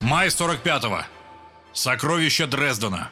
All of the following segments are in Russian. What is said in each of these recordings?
Май 45-го. Сокровища Дрездена.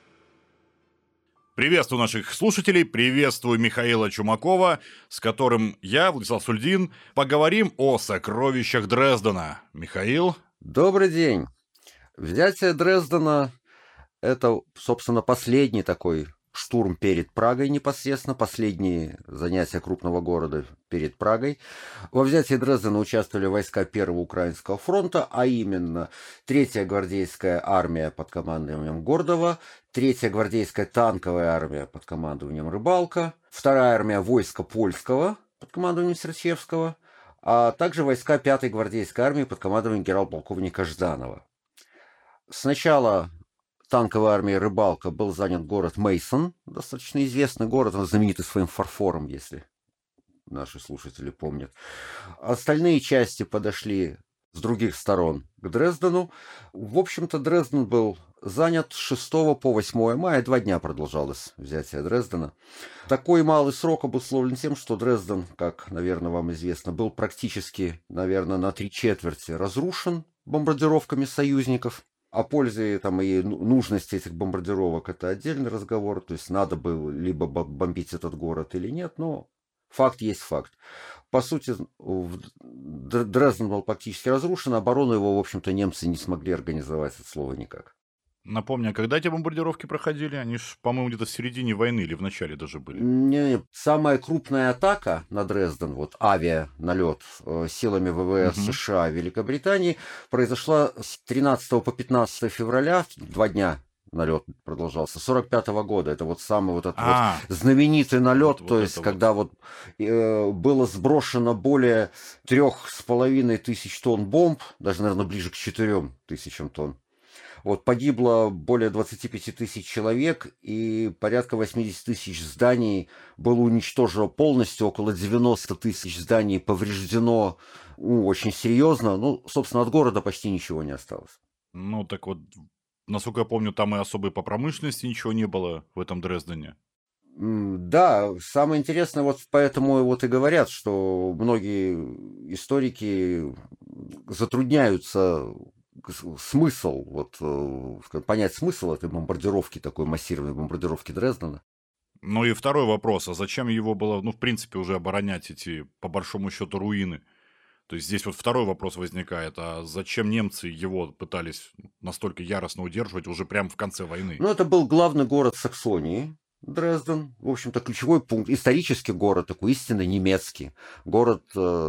Приветствую наших слушателей, приветствую Михаила Чумакова, с которым я, Владислав Сульдин, поговорим о сокровищах Дрездена. Михаил? Добрый день. Взятие Дрездена – это, собственно, последний такой штурм перед Прагой непосредственно, последние занятия крупного города перед Прагой. Во взятии Дрездена участвовали войска Первого Украинского фронта, а именно 3-я гвардейская армия под командованием Гордова, 3-я гвардейская танковая армия под командованием Рыбалка, 2-я армия войска польского под командованием Серчевского, а также войска 5-й гвардейской армии под командованием генерал-полковника Жданова. Сначала танковой армией Рыбалка был занят город Мейсон, достаточно известный город, он знаменитый своим фарфором, если наши слушатели помнят. Остальные части подошли с других сторон к Дрездену. В общем-то, Дрезден был занят с 6 по 8 мая, 2 дня продолжалось взятие Дрездена. Такой малый срок обусловлен тем, что Дрезден, как, наверное, вам известно, был практически, наверное, на 3/4 разрушен бомбардировками союзников. О пользе там, и нужности этих бомбардировок это отдельный разговор. То есть надо было либо бомбить этот город или нет, но факт есть факт. По сути, Дрезден был практически разрушен, оборону его, в общем-то, немцы не смогли организовать от слова никак. Напомню, а когда эти бомбардировки проходили? Они же, по-моему, где-то в середине войны или в начале даже были. Не, самая крупная атака на Дрезден, вот авианалет силами ВВС США и Великобритании, произошла с 13 по 15 февраля, 2 дня налет продолжался, 45-го года. Это вот самый вот этот вот знаменитый налет, то есть когда вот было сброшено более 3500 тонн бомб, даже, наверное, ближе к 4000 тонн. Вот, погибло более 25 тысяч человек, и порядка 80 тысяч зданий было уничтожено полностью, около 90 тысяч зданий повреждено очень серьезно. Ну, собственно, от города почти ничего не осталось. Ну, так вот, насколько я помню, там и особой по промышленности ничего не было в этом Дрездене. Да, самое интересное, вот поэтому вот и говорят, что многие историки затрудняются смысл, вот, понять смысл этой бомбардировки, такой массированной бомбардировки Дрездена. Ну и второй вопрос, а зачем его было, в принципе, уже оборонять эти, по большому счету, руины? То есть здесь вот второй вопрос возникает, а зачем немцы его пытались настолько яростно удерживать уже прямо в конце войны? Ну, это был главный город Саксонии, Дрезден, в общем-то, ключевой пункт, исторический город, такой истинно немецкий, город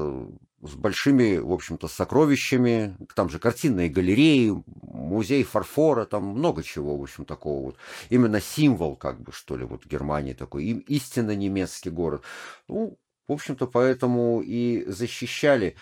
с большими, в общем-то, сокровищами, там же картинные галереи, музей фарфора, там много чего, в общем, такого вот. Именно символ, как бы, что ли, вот Германии такой, истинно немецкий город. Ну, в общем-то, поэтому и защищали.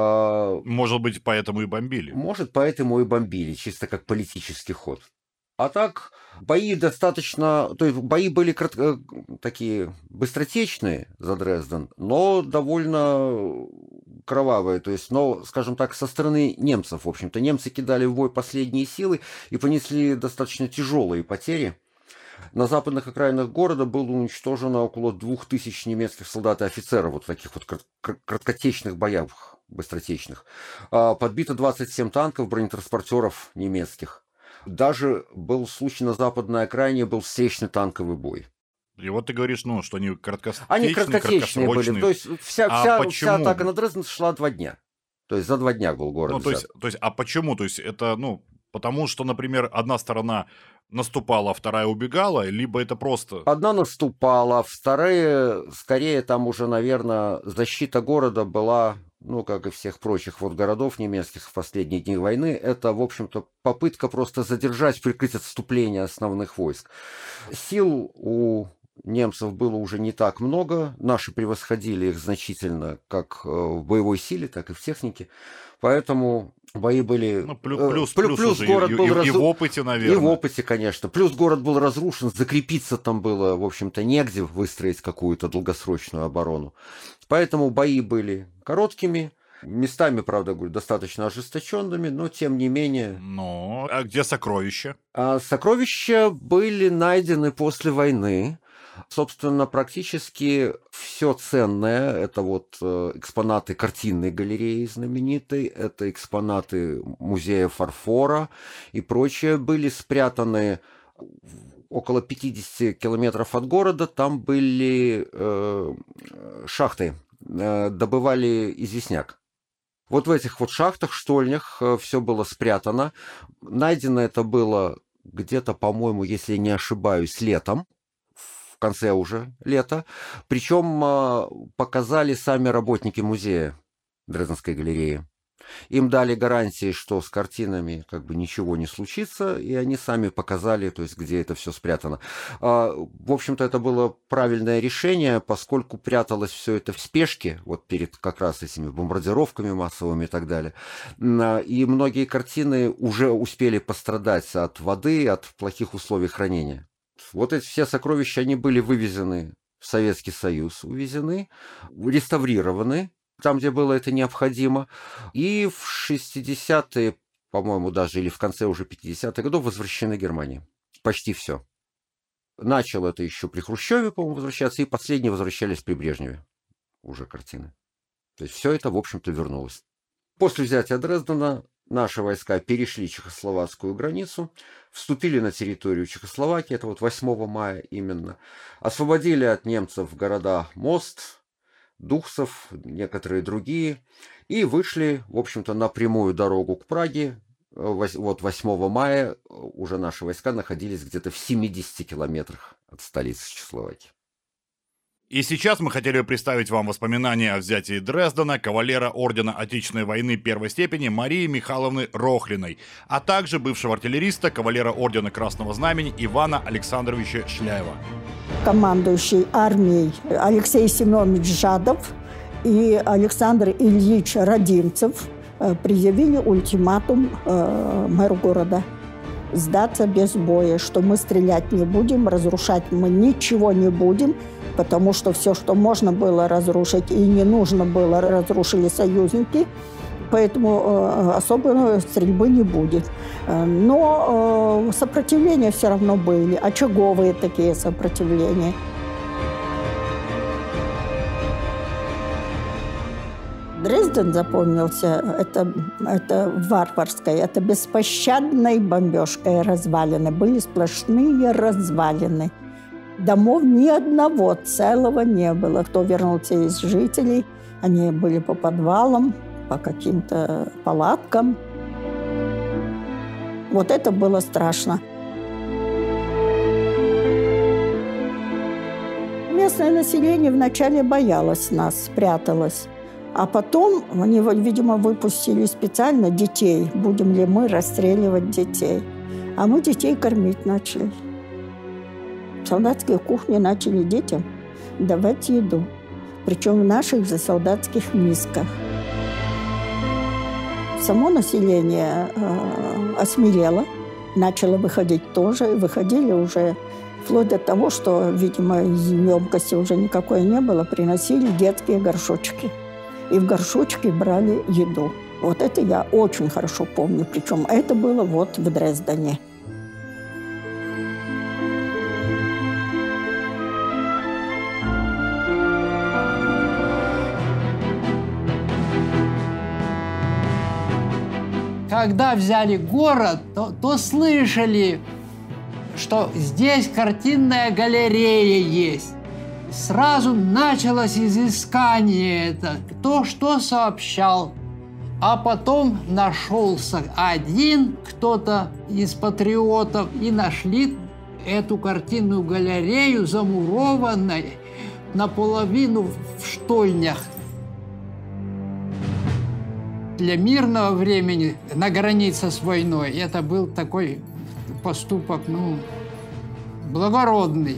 Может быть, поэтому и бомбили. Может, поэтому и бомбили, чисто как политический ход. А так, бои достаточно... То есть бои были такие быстротечные за Дрезден, но довольно кровавые. То есть, но, скажем так, со стороны немцев, в общем-то. Немцы кидали в бой последние силы и понесли достаточно тяжелые потери. На западных окраинах города было уничтожено около 2000 немецких солдат и офицеров вот в таких вот краткотечных боях, быстротечных. Подбито 27 танков, бронетранспортеров немецких. Даже был случай на западной окраине, был встречный танковый бой. И вот ты говоришь, что они короткосрочные. Они краткотечные были. То есть вся атака на Дрезден шла 2 дня. То есть за 2 дня был город взят. То есть, а почему? То есть это, потому что, например, одна сторона наступала, а вторая убегала, либо это просто... Одна наступала, вторая, скорее, там уже, наверное, защита города была... как и всех прочих вот городов немецких в последние дни войны, это, в общем-то, попытка просто задержать, прикрыть отступление основных войск. Сил у немцев было уже не так много, наши превосходили их значительно как в боевой силе, так и в технике, поэтому бои были... Плюс город был и в опыте, наверное. И в опыте, конечно. Плюс город был разрушен, закрепиться там было, в общем-то, негде, выстроить какую-то долгосрочную оборону. Поэтому бои были короткими, местами, правда, говорю, достаточно ожесточенными, но тем не менее... А где сокровища? Сокровища были найдены после войны. Собственно, практически все ценное, это вот экспонаты картинной галереи знаменитой, это экспонаты музея фарфора и прочее, были спрятаны около 50 километров от города. Там были шахты, добывали известняк. Вот в этих вот шахтах, штольнях все было спрятано. Найдено это было где-то, по-моему, если не ошибаюсь, летом, в конце уже лета. Причем показали сами работники музея Дрезденской галереи. Им дали гарантии, что с картинами как бы ничего не случится, и они сами показали, то есть где это все спрятано. В общем-то, это было правильное решение, поскольку пряталось все это в спешке, вот перед как раз этими бомбардировками массовыми и так далее. И многие картины уже успели пострадать от воды, от плохих условий хранения. Вот эти все сокровища, они были вывезены в Советский Союз, увезены, реставрированы, там, где было это необходимо. И в 60-е, по-моему, даже, или в конце уже 50-х годов возвращены Германии. Почти все. Начал это еще при Хрущеве, по-моему, возвращаться, и последние возвращались при Брежневе уже картины. То есть все это, в общем-то, вернулось. После взятия Дрездена наши войска перешли чехословацкую границу, вступили на территорию Чехословакии, это вот 8 мая именно, освободили от немцев города Мост, Духсов, некоторые другие, и вышли, в общем-то, на прямую дорогу к Праге. Вот 8 мая уже наши войска находились где-то в 70 километрах от столицы Чехословакии. И сейчас мы хотели бы представить вам воспоминания о взятии Дрездена кавалера ордена Отечественной войны первой степени Марии Михайловны Рохлиной, а также бывшего артиллериста, кавалера ордена Красного Знамени Ивана Александровича Шляева. Командующий армией Алексей Семенович Жадов и Александр Ильич Родимцев предъявили ультиматум мэру города сдаться без боя, что мы стрелять не будем, разрушать мы ничего не будем, потому что все, что можно было разрушить и не нужно было, разрушили союзники, поэтому особой стрельбы не будет. Но сопротивления все равно были, очаговые такие сопротивления. Дрезден запомнился, это варварской, это беспощадной бомбежкой развалины. Были сплошные развалины. Домов ни одного целого не было. Кто вернулся из жителей, они были по подвалам, по каким-то палаткам. Вот это было страшно. Местное население вначале боялось нас, пряталось. А потом они, видимо, выпустили специально детей. Будем ли мы расстреливать детей? А мы детей кормить начали. В солдатской кухне начали детям давать еду. Причем в наших же солдатских мисках. Само население осмелело, начало выходить тоже. Выходили уже вплоть до того, что, видимо, емкости уже никакой не было, приносили детские горшочки. И в горшочке брали еду. Вот это я очень хорошо помню. Причем это было вот в Дрездене. Когда взяли город, то слышали, что здесь картинная галерея есть. Сразу началось изыскание это, кто что сообщал. А потом нашелся один кто-то из патриотов, и нашли эту картинную галерею замурованной наполовину в штольнях. Для мирного времени на границе с войной это был такой поступок, благородный.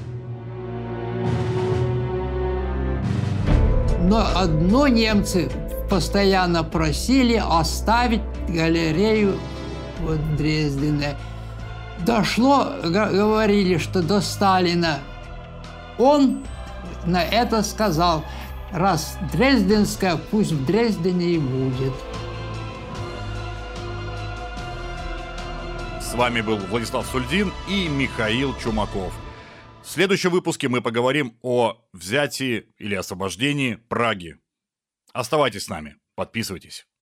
Но одно немцы постоянно просили оставить галерею в Дрездене. Дошло, говорили, что до Сталина. Он на это сказал: раз дрезденская, пусть в Дрездене и будет. С вами был Владислав Сульдин и Михаил Чумаков. В следующем выпуске мы поговорим о взятии или освобождении Праги. Оставайтесь с нами, подписывайтесь.